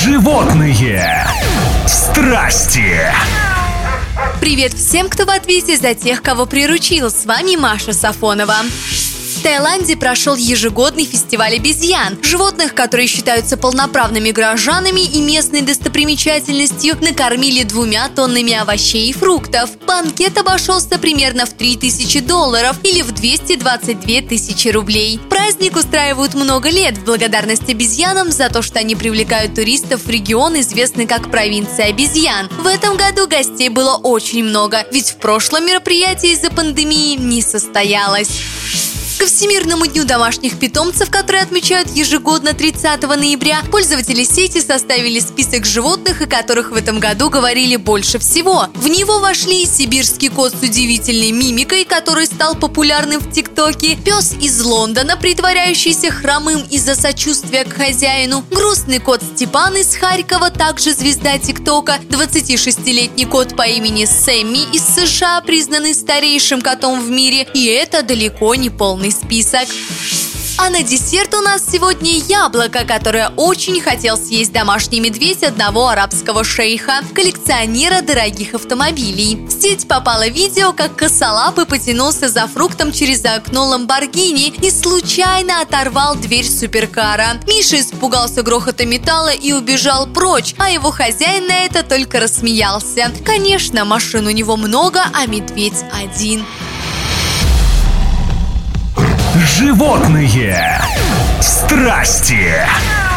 Животные страсти. Привет всем, кто в ответе за тех, кого приручил. С вами Маша Сафонова. В Таиланде прошел ежегодный фестиваль обезьян. Животных, которые считаются полноправными горожанами и местной достопримечательностью, накормили 2 тоннами овощей и фруктов. Банкет обошелся примерно в $3000 или в 222 тысячи рублей. Праздник устраивают много лет в благодарность обезьянам за то, что они привлекают туристов в регион, известный как провинция обезьян. В этом году гостей было очень много, ведь в прошлом мероприятие из-за пандемии не состоялось. Ко Всемирному дню домашних питомцев, который отмечают ежегодно 30 ноября, пользователи сети составили список животных, о которых в этом году говорили больше всего. В него вошли сибирский кот с удивительной мимикой, который стал популярным в ТикТоке, пес из Лондона, притворяющийся хромым из-за сочувствия к хозяину, грустный кот Степан из Харькова, также звезда ТикТока, 26-летний кот по имени Сэмми из США, признанный старейшим котом в мире, и это далеко не полный список. А на десерт у нас сегодня яблоко, которое очень хотел съесть домашний медведь одного арабского шейха, коллекционера дорогих автомобилей. В сеть попало видео, как косолапый потянулся за фруктом через окно Ламборгини и случайно оторвал дверь суперкара. Миша испугался грохота металла и убежал прочь, а его хозяин на это только рассмеялся. Конечно, машин у него много, а медведь один. Животные страсти.